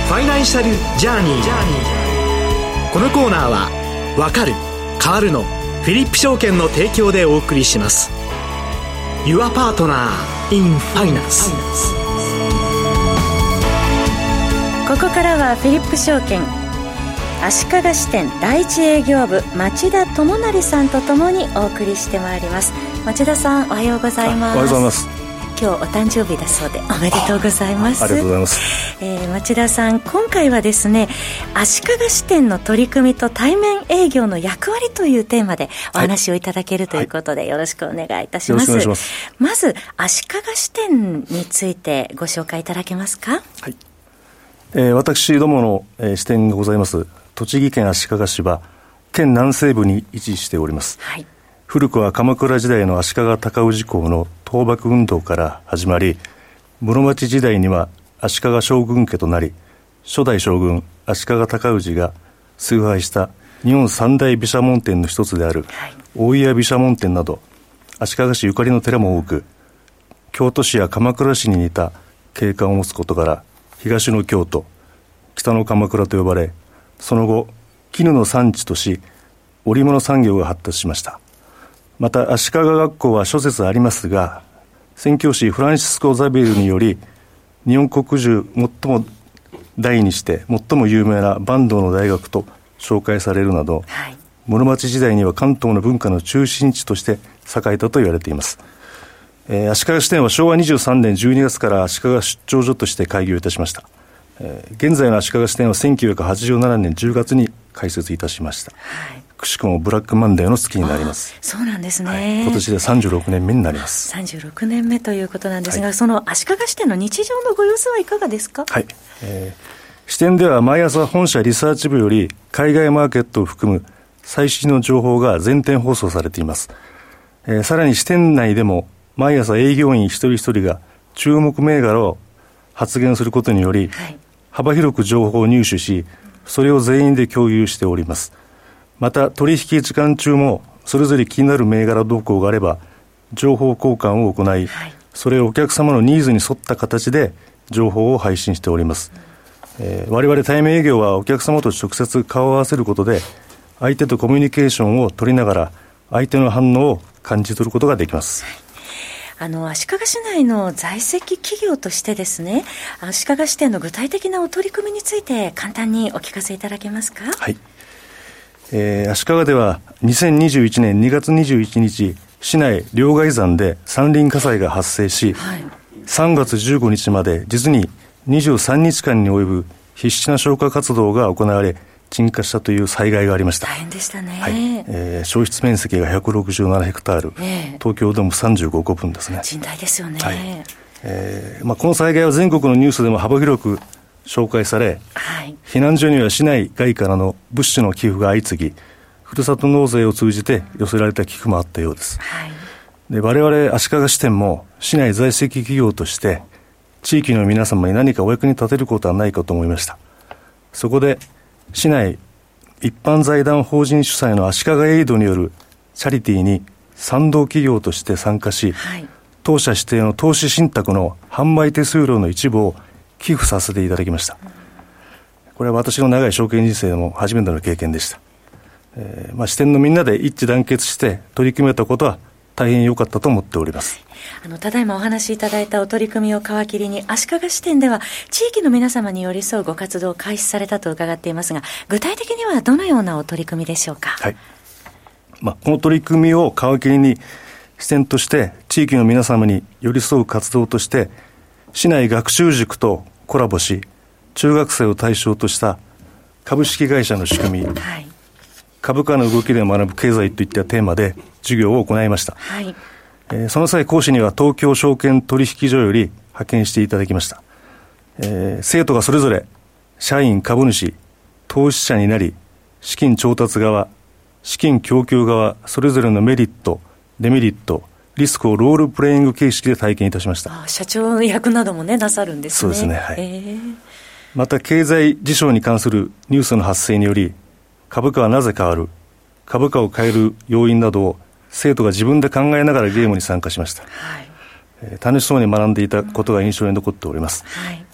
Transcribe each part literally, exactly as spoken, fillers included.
ファイナンシャルジャーニー。このコーナーはわかる変わるのフィリップ証券の提供でお送りします。 Your Partner in Finance。 ここからはフィリップ証券足利支店第一営業部町田智成さんとともにお送りしてまいります。町田さん、おはようございます。 おはようございます。 今日お誕生日だそうでおめでとうございます。 あ, ありがとうございます、 えー、町田さん、今回はですね、足利支店の取り組みと対面営業の役割というテーマでお話をいただけるということで、はい、よろしくお願いいたします。 よろしくお願いします。 まず足利支店についてご紹介いただけますか。 はい、えー、私どもの、えー、支店がございます栃木県足利市は県南西部に位置しております。 はい、 古くは鎌倉時代の足利尊氏公の討幕運動から始まり、室町時代には足利将軍家となり、初代将軍足利尊氏が崇拝した日本三大毘沙門天の一つである大谷毘沙門天など足利市ゆかりの寺も多く、京都市や鎌倉市に似た景観を持つことから東の京都、北の鎌倉と呼ばれ、その後絹の産地とし織物産業が発達しました。また足利学校は諸説ありますが、宣教師フランシスコ・ザビエルにより日本国中最も大にして最も有名な坂東の大学と紹介されるなど、はい、室町時代には関東の文化の中心地として栄えたと言われています。えー、足利支店はしょうわにじゅうさんねんじゅうにがつから足利出張所として開業いたしました。えー、現在の足利支店はせんきゅうひゃくはちじゅうななねんじゅうがつに開設いたしました。はい、くしくもブラックマンデーの月になります。 そうなんですね。 はい、今年でさんじゅうろくねんめになります。 さんじゅうろくねんめということなんですが、 はい、 その足利支店の日常のご様子はいかがですか。 はい、えー、支店では毎朝本社リサーチ部より海外マーケットを含む最新の情報が全店放送されています。えー、さらに支店内でも毎朝営業員一人一人が注目銘柄を発言することにより、はい、幅広く情報を入手し、それを全員で共有しております。また取引時間中もそれぞれ気になる銘柄動向があれば情報交換を行い、はい、それをお客様のニーズに沿った形で情報を配信しております。えー、我々対面営業はお客様と直接顔を合わせることで相手とコミュニケーションを取りながら相手の反応を感じ取ることができます。 あの足利市内の在籍企業としてですね、足利支店の具体的なお取り組みについて簡単にお聞かせいただけますか。 はい、えー、足利ではにせんにじゅういちねんにがつにじゅういちにち市内両崖山で山林火災が発生し、はい、さんがつじゅうごにちまで実ににじゅうさんにちかんに及ぶ必死な消火活動が行われ鎮火したという災害がありました。 大変でしたね。 はい、えー、焼失面積がひゃくろくじゅうななヘクタール、えー、東京ドームさんじゅうごこぶんですね。 甚大ですよね。 はい、えーまあ、この災害は全国のニュースでも幅広く紹介され、はい、避難所には市内外からの物資の寄付が相次ぎ、ふるさと納税を通じて寄せられた寄付もあったようです。はい、で我々足利支店も市内在籍企業として地域の皆様に何かお役に立てることはないかと思いました。そこで市内一般財団法人主催の足利エイドによるチャリティーに賛同企業として参加し、はい、当社指定の投資信託の販売手数料の一部を寄付させていただきました。これは私の長い証券人生でも初めての経験でした。えーまあ、支店のみんなで一致団結して取り組めたことは大変良かったと思っております。 あのただいまお話しいただいたお取り組みを皮切りに足利支店では地域の皆様に寄り添うご活動を開始されたと伺っていますが、具体的にはどのようなお取り組みでしょうか。 はい、まあ、この取り組みを皮切りに支店として地域の皆様に寄り添う活動として市内学習塾とコラボし、中学生を対象とした株式会社の仕組み、はい、株価の動きで学ぶ経済といったテーマで授業を行いました。はい、えー、その際講師には東京証券取引所より派遣していただきました。えー、生徒がそれぞれ社員、株主、投資者になり、資金調達側、資金供給側、それぞれのメリット、デメリット、リスクをロールプレイング形式で体験いたしました。 あ、社長役などもねなさるんですね。 そうですね、はい。 えー、 また経済事象に関するニュースの発生により株価はなぜ変わる、株価を変える要因などを生徒が自分で考えながらゲームに参加しました。はい、えー、楽しそうに学んでいたことが印象に残っております。はい、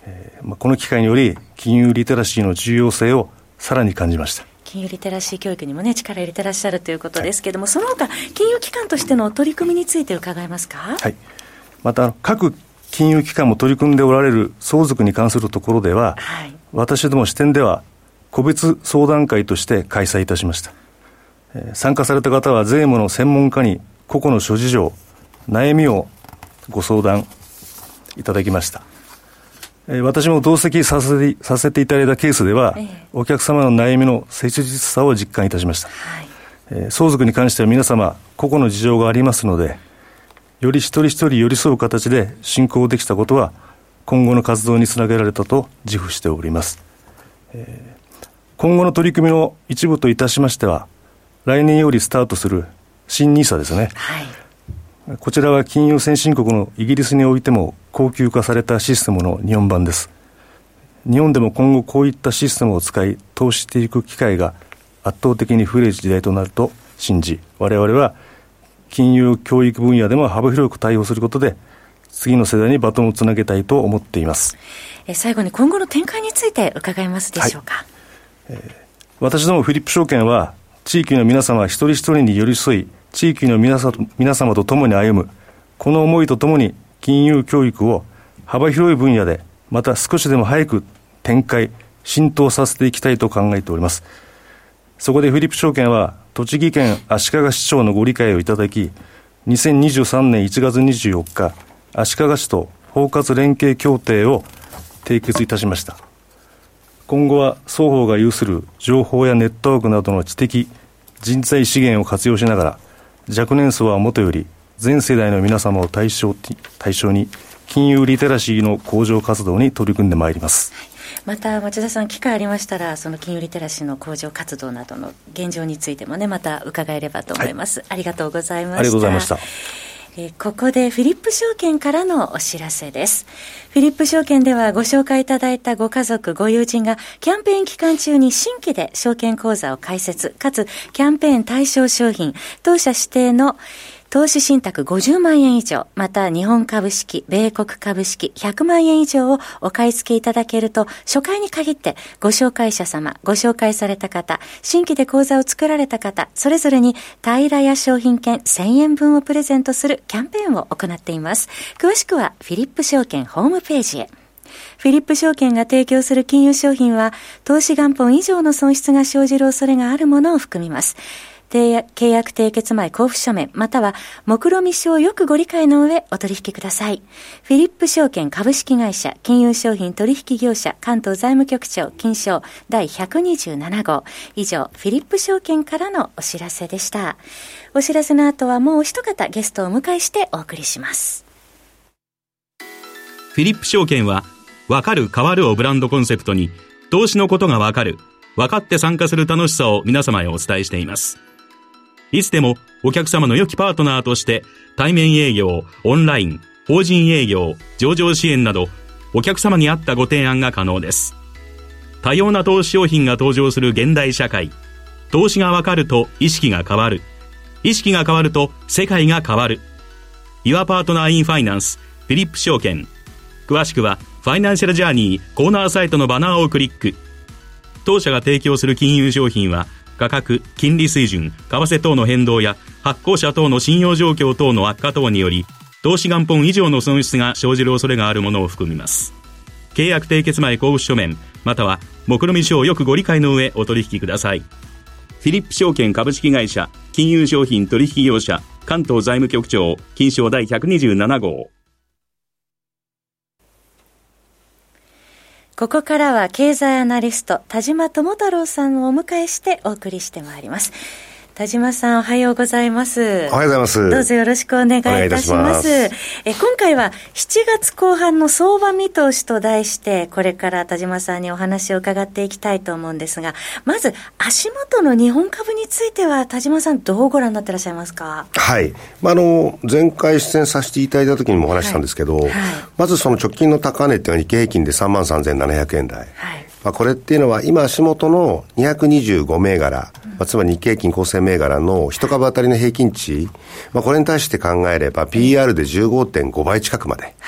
えーまあ、この機会により金融リテラシーの重要性をさらに感じました。 金融リテラシー教育にも、ね、力入れてらっしゃるということですけれども、はい、その他金融機関としての取り組みについて伺えますか。 はい、また各金融機関も取り組んでおられる相続に関するところでは、はい、私ども支店では個別相談会として開催いたしました。えー、参加された方は税務の専門家に個々の諸事情、悩みをご相談いただきました。えー、私も同席させて、させていただいたケースでは、ええ、お客様の悩みの切実さを実感いたしました。はい、えー、相続に関しては皆様個々の事情がありますので、より一人一人寄り添う形で進行できたことは今後の活動につなげられたと自負しております。えー、今後の取り組みの一部といたしましては、来年よりスタートする新ニーサですね。はい、こちらは金融先進国のイギリスにおいても恒久化されたシステムの日本版です。日本でも今後こういったシステムを使い投資していく機会が圧倒的に増える時代となると信じ、我々は金融教育分野でも幅広く対応することで次の世代にバトンをつなげたいと思っています。 え最後に今後の展開について伺えますでしょうか。はい、 えー、私どもフィリップ証券は地域の皆様一人一人に寄り添い、地域の皆さ皆様と共に歩むこの思いとともに金融教育を幅広い分野でまた少しでも早く展開浸透させていきたいと考えております。そこでフィリップ証券は栃木県足利市長のご理解をいただき、にせんにじゅうさんねんいちがつにじゅうよっか足利市と包括連携協定を締結いたしました。今後は双方が有する情報やネットワークなどの知的人材資源を活用しながら、若年層はもとより全世代の皆様を対象、対象に金融リテラシーの向上活動に取り組んでまいります。 また町田さん、機会ありましたらその金融リテラシーの向上活動などの現状についてもね、また伺えればと思います。はい、ありがとうございました。 ありがとうございました。 えー、ここでフィリップ証券からのお知らせです。フィリップ証券ではご紹介いただいたご家族ご友人がキャンペーン期間中に新規で証券口座を開設、かつキャンペーン対象商品当社指定の投資信託ごじゅうまんえん以上、また日本株式、米国株式ひゃくまんえん以上をお買い付けいただけると、初回に限ってご紹介者様、ご紹介された方、新規で口座を作られた方、それぞれに平らや商品券せんえんぶんをプレゼントするキャンペーンを行っています。詳しくはフィリップ証券ホームページへ。フィリップ証券が提供する金融商品は、投資元本以上の損失が生じる恐れがあるものを含みます。契約締結前交付書面または目論見書をよくご理解の上お取引ください。フィリップ証券株式会社金融商品取引業者関東財務局長金賞だいひゃくにじゅうなな号。以上フィリップ証券からのお知らせでした。お知らせの後はもう一方ゲストをお迎えしてお送りします。 フィリップ証券はわかる変わるをブランドコンセプトに、投資のことがわかる、わかって参加する楽しさを皆様へお伝えしています。いつでもお客様の良きパートナーとして対面営業、オンライン、法人営業、上場支援などお客様に合ったご提案が可能です。多様な投資商品が登場する現代社会、投資がわかると意識が変わる、意識が変わると世界が変わる。 Your Partner in Finance フィリップ証券。詳しくはファイナンシャルジャーニーコーナーサイトのバナーをクリック。当社が提供する金融商品は価格、金利水準、為替等の変動や発行者等の信用状況等の悪化等により投資元本以上の損失が生じる恐れがあるものを含みます。契約締結前交付書面または目論見書をよくご理解の上お取引ください。フィリップ証券株式会社金融商品取引業者関東財務局長金賞だいひゃくにじゅうなな号。 ここからは経済アナリスト田島智太郎さんをお迎えしてお送りしてまいります。田島さん、おはようございます。 おはようございます。 どうぞよろしくお願いいたします。え今回はしちがつこう半の相場見通しと題してこれから田島さんにお話を伺っていきたいと思うんですが、まず足元の日本株については田島さんどうご覧になっていらっしゃいますか？ はい、まあ、あの前回出演させていただいた時にもお話したんですけど、はいはい、まずその直近の高値っていうのは日経平均で さんまんさんぜんななひゃくえん台、はい、まあ、これっていうのは今足元のにひゃくにじゅうご銘柄、うん、まあ、つまり日経平均構成銘柄の一株当たりの平均値、まあ、これに対して考えれば ピーイーアール で じゅうごてんごばい近くまで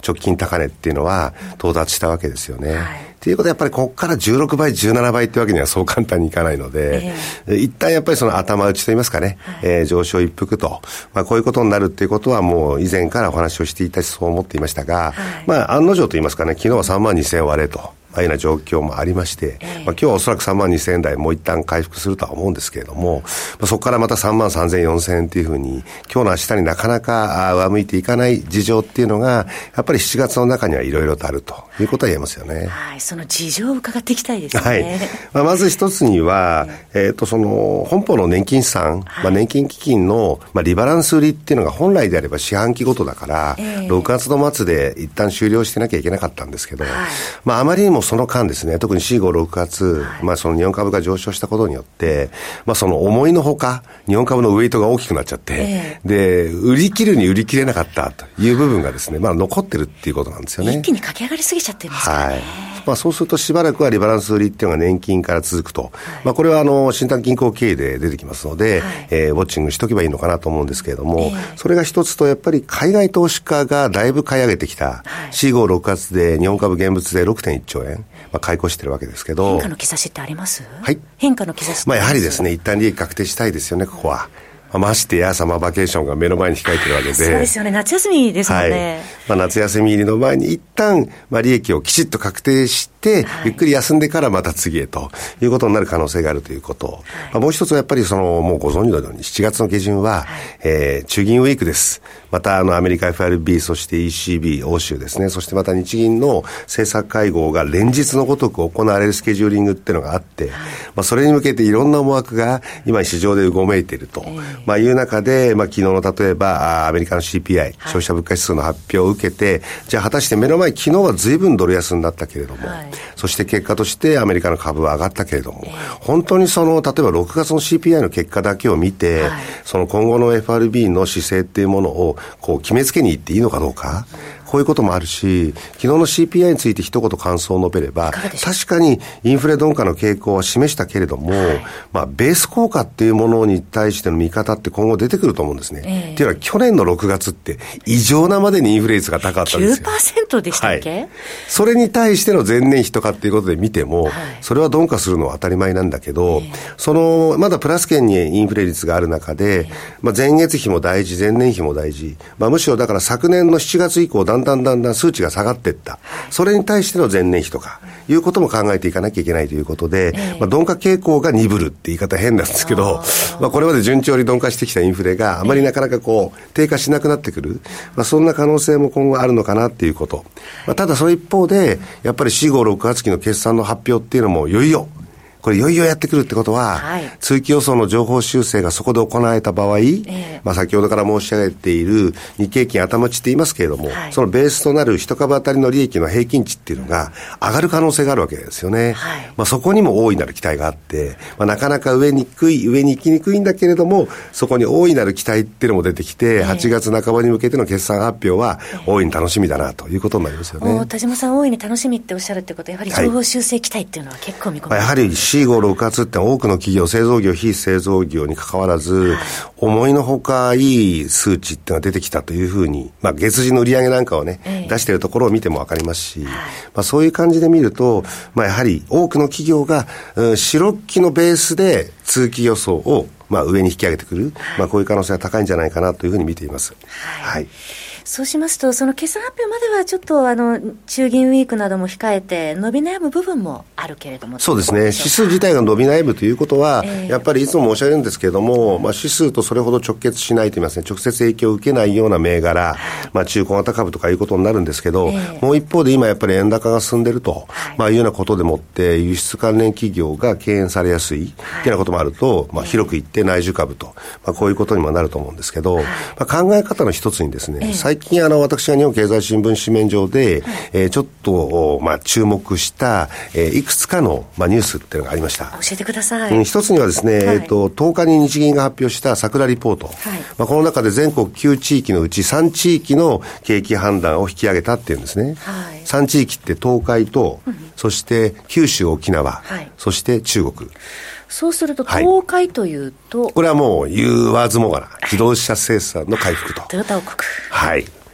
直近高値っていうのは到達したわけですよね。はい、ということはやっぱりここからじゅうろくばい、じゅうななばいってわけにはそう簡単にいかないので、えー、一旦やっぱりその頭打ちといいますかね、はい、えー、上昇一服と、まあこういうことになるっていうことはもう以前からお話をしていたしそう思っていましたが、はい、まあ案の定といいますかね、昨日はさんまんにせんえん割れと。ああいうような状況もありまして、えーまあ、今日はおそらくさんまんにせんえん台もう一旦回復するとは思うんですけれども、まあ、そこからまたさんまんさんぜん、よんせんえんというふうに今日の明日になかなか上向いていかない事情っていうのがやっぱりしちがつの中にはいろいろとあるということは言えますよね。 はい、その事情を伺っていきたいですね。 はい、まあ、まず一つには、えー、とその本邦の年金資産、はい、まあ、年金基金の、まあ、リバランス売りっていうのが本来であれば四半期ごとだから、えー、ろくがつの末で一旦終了してなきゃいけなかったんですけど、はい、まあ、あまりにもその間ですね、特によん、ご、ろくがつ、はい、まあその日本株が上昇したことによって、まあその思いのほか、日本株のウェイトが大きくなっちゃって、えー、で、売り切るに売り切れなかったという部分がですね、まあ残ってるっていうことなんですよね。 一気に駆け上がりすぎちゃってるんですかね。はい。 まあそうするとしばらくはリバランス売りっていうのが年金から続くと。はい、まあこれはあの、信託銀行経営で出てきますので、はい、えー、ウォッチングしとけばいいのかなと思うんですけれども、えー、それが一つと、やっぱり海外投資家がだいぶ買い上げてきた、はい、よん、ご、ろくがつで日本株現物で ろくてんいっちょうえん、まあ買い越してるわけですけど、 変化の兆しってあります？ はい。 変化の兆しってあります？ まあやはりですね、一旦利益確定したいですよね、ここは。ましてやサマーバケーションが目の前に控えてるわけで。 そうですよね。夏休みですもんね。 はい、まあ、夏休み入りの前に一旦、まあ、利益をきちっと確定して、はい、ゆっくり休んでからまた次へということになる可能性があるということ。はい、まあ、もう一つはやっぱりその、もうご存知のようにしちがつの下旬は、はい、えー、中銀ウィークです。またあのアメリカ エフアールビー、そして イーシービー、欧州ですね。そしてまた日銀の政策会合が連日のごとく行われるスケジューリングっていうのがあって、はい、まあ、それに向けていろんな思惑が今市場でうごめいていると、えー、まあ、いう中で、まあ、昨日の例えばアメリカの シーピーアイ、はい、消費者物価指数の発表を受けて、じゃあ果たして目の前、昨日は随分ドル安になったけれども、はい、そして結果としてアメリカの株は上がったけれども、えー、本当にその例えばろくがつの シーピーアイ の結果だけを見て、はい、その今後の エフアールビー の姿勢っていうものをこう決めつけにいっていいのかどうか、こういうこともあるし、昨日の シーピーアイ について一言感想を述べれば、確かにインフレ鈍化の傾向は示したけれども、はい、まあ、ベース効果っていうものに対しての見方って今後出てくると思うんですね。えー、っていうのは去年のろくがつって異常なまでにインフレ率が高かったんですよ。 きゅうパーセント でしたっけ？はい、 それに対しての前年比とかっていうことで見ても、はい、それは鈍化するのは当たり前なんだけど、えー、その、まだプラス圏にインフレ率がある中で、えー、まあ、前月比も大事、前年比も大事。まあ、むしろだから昨年のしちがつ以降、だんだんだんだん数値が下がっていった。それに対しての前年比とか、いうことも考えていかなきゃいけないということで、えー、まあ、鈍化傾向が鈍るって言い方変なんですけど、まあ、これまで順調に鈍化してきたインフレがあまりなかなかこう、低下しなくなってくる。まあ、そんな可能性も今後あるのかなっていうこと。まあ、ただその一方で、やっぱりよん、ご、ろくがつ期の決算の発表っていうのもいよいよ、これいよいよやってくるってことは、はい、通期予想の情報修正がそこで行われた場合、えー、まあ先ほどから申し上げている日経平均頭値って言いますけれども、はい、そのベースとなる一株当たりの利益の平均値っていうのが上がる可能性があるわけですよね。はい、まあそこにも大いなる期待があって、まあなかなか上にくい、上に行きにくいんだけれども、そこに大いなる期待っていうのも出てきて、えー、はちがつなかばに向けての決算発表は大いに楽しみだなということになりますよね。えー、 田島さん大いに楽しみっておっしゃるってことは、やはり情報修正期待っていうのは結構見込みます、はい、 やはりよん、ご、ろくがつって多くの企業、製造業、非製造業に関わらず、はい、思いのほかいい数値っていうのが出てきたというふうに、まあ月次の売上なんかをね、えー、出しているところを見てもわかりますし、はい、まあそういう感じで見ると、まあやはり多くの企業が、うん、四期のベースで通期予想をまあ上に引き上げてくる、はい、まあこういう可能性が高いんじゃないかなというふうに見ています。はい。はい、 そうしますと、その決算発表まではちょっとあの中銀ウィークなども控えて伸び悩む部分もあるけれども、 そうですね、指数自体が伸び悩むということは、えー、やっぱりいつも申し上げるんですけれども、まあ、指数とそれほど直結しないといいますね、直接影響を受けないような銘柄、まあ、中小型株とかいうことになるんですけど、えー、もう一方で今やっぱり円高が進んでいると、はい、まあ、いうようなことでもって輸出関連企業が敬遠されやすい、はい、というようなこともあると、まあ、広く言って内需株と、まあ、こういうことにもなると思うんですけど、はい、まあ、考え方の一つにですね、えー、最近あの私が日本経済新聞紙面上で、はい、えー、ちょっと、まあ、注目した、えー、いくつかの、まあ、ニュースっていうのがありました。 教えてください。 うん、一つにはですね、はい、えーと、とおかに日銀が発表した桜リポート、はい、まあ、この中で全国きゅう地域のうちさん地域の景気判断を引き上げたっていうんですね。はい、さん地域って東海と、うん、そして九州沖縄、はい、そして中国。 そうすると東海というと、はい、 これはもう言わずもがな自動車生産の回復と、 トヨタ王国。 はい。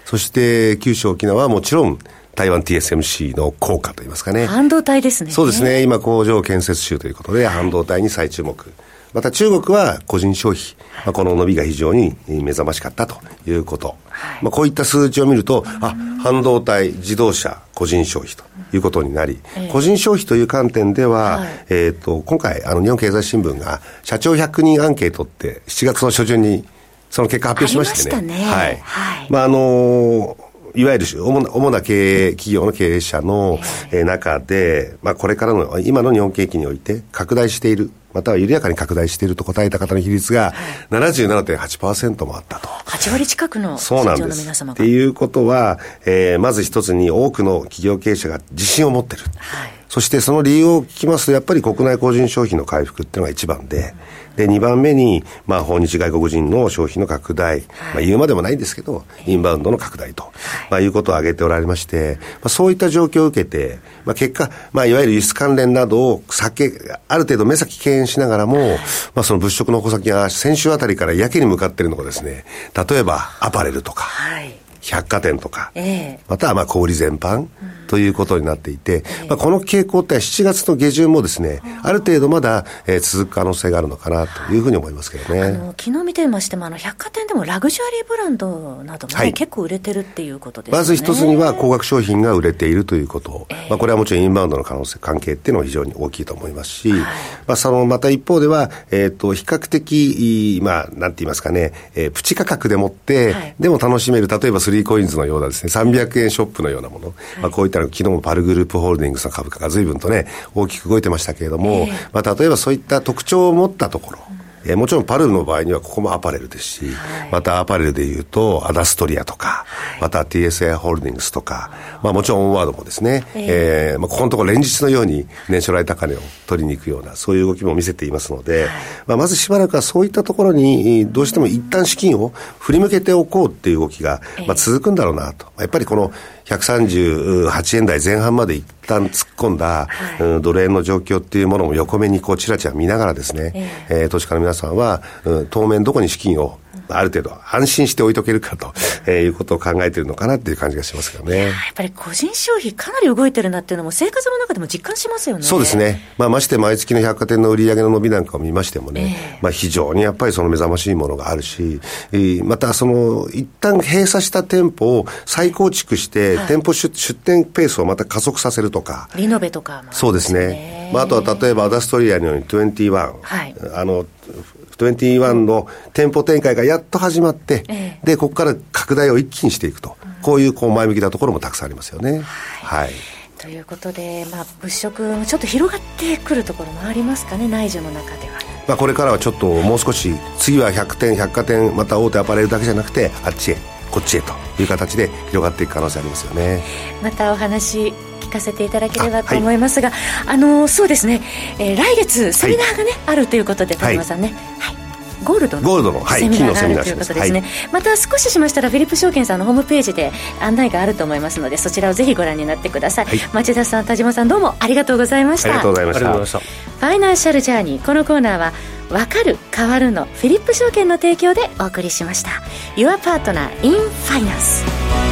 そして九州沖縄はもちろん台湾 ティーエスエムシー の効果といいますかね。 半導体ですね。 そうですね。今工場建設中ということで半導体に再注目。また中国は個人消費、まあ、この伸びが非常に目覚ましかったということ、はい、まあ、こういった数値を見ると、あ、半導体、自動車、個人消費ということになり、えー、個人消費という観点では、はい、えーと、今回あの日本経済新聞が社長ひゃくにんアンケートってしちがつの初旬にその結果発表しましてね。 ありましたね。 はい。はい、まああのーいわゆる主な、主な経営、企業の経営者の、えー、中で、まあこれからの、今の日本景気において拡大している、または緩やかに拡大していると答えた方の比率が ななじゅうななてんはちパーセント もあったと。 はちわり近くの社長の皆様が。そうなんです。 っていうことは、えー、まず一つに多くの企業経営者が自信を持っている。はい、そしてその理由を聞きますと、やっぱり国内個人消費の回復っていうのが一番で、で、二番目に、まあ、訪日外国人の消費の拡大、まあ、言うまでもないんですけど、インバウンドの拡大と、まあ、いうことを挙げておられまして、まあ、そういった状況を受けて、まあ、結果、まあ、いわゆる輸出関連などを避け、ある程度目先敬遠しながらも、まあ、その物色の矛先が先週あたりからやけに向かっているのがですね、例えばアパレルとか、はい、百貨店とか、えー、またはまあ小売全般ということになっていて、えーまあ、この傾向ってしちがつの下旬もですね、ある程度まだ、えー、続く可能性があるのかなというふうに思いますけどね。 あの昨日見てましても、あの百貨店でもラグジュアリーブランドなども、ね、はい、結構売れてるっていうことですね。 まず一つには高額商品が売れているということ、えーまあ、これはもちろんインバウンドの可能性関係っていうのは非常に大きいと思いますし、はい、まあ、そのまた一方では、えー、と比較的、まあ、なんて言いますかね、えー、プチ価格でもって、はい、でも楽しめる、例えばスリーコインズのようなですね、さんびゃくえんショップのようなもの、はい、まあ、こういったの昨日もパルグループホールディングスの株価が随分とね大きく動いてましたけれども、えーまあ、例えばそういった特徴を持ったところ、えー、もちろんパルルの場合にはここもアパレルですし、はい、またアパレルでいうとアダストリアとか、はい、また ティーエスエー ホールディングスとか、まあ、もちろんオンワードもですね、えーえーまあ、ここのところ連日のように年初来高値を取りに行くようなそういう動きも見せていますので、はい、まあ、まずしばらくはそういったところにどうしても一旦資金を振り向けておこうっていう動きが、まあ、続くんだろうなと。やっぱりこのひゃくさんじゅうはちえん台前半まで一旦突っ込んだ、はい、うん、ドル円の状況っていうものも横目にこうチラチラ見ながらですね、えーえー、投資家の皆さんは、うん、当面どこに資金をある程度安心して置いとけるかと、えー、いうことを考えているのかなっていう感じがしますけどね。 やっぱり個人消費かなり動いてるなっていうのも生活の中でも実感しますよね。 そうですね。まあ、まして毎月の百貨店の売り上げの伸びなんかを見ましてもね、えー、まあ、非常にやっぱりその目覚ましいものがあるし、えー、またその一旦閉鎖した店舗を再構築して、はい、店舗 出, 出店ペースをまた加速させるとか、 リノベとかもありますね。 そうですね。まあ、あとは例えばアダストリアのようににじゅういち、はい、あのにじゅういちの店舗展開がやっと始まって、ええ、でここから拡大を一気にしていくと、うん、こういうこう前向きなところもたくさんありますよね。はい、はい、 ということで、まあ、物色もちょっと広がってくるところもありますかね、内需の中では。 まあ、これからはちょっともう少し次は百店百貨店また大手アパレルだけじゃなくてあっちへこっちへという形で広がっていく可能性ありますよね。 またお話聞かせていただければと思いますが、あ、はい、あのそうですね、えー、来月セミナーがね、はい、あるということで田島さんね、はい、ゴールドのゴールドの、はい、 セミナーがあるということですね、はい、また少ししましたらフィリップ証券さんのホームページで案内があると思いますので、そちらをぜひご覧になってください、はい、町田さん、田島さん、どうもありがとうございました。 ありがとうございました。 ファイナンシャルジャーニー、このコーナーはわかる変わるのフィリップ証券の提供でお送りしました。 Your Partner in Finance。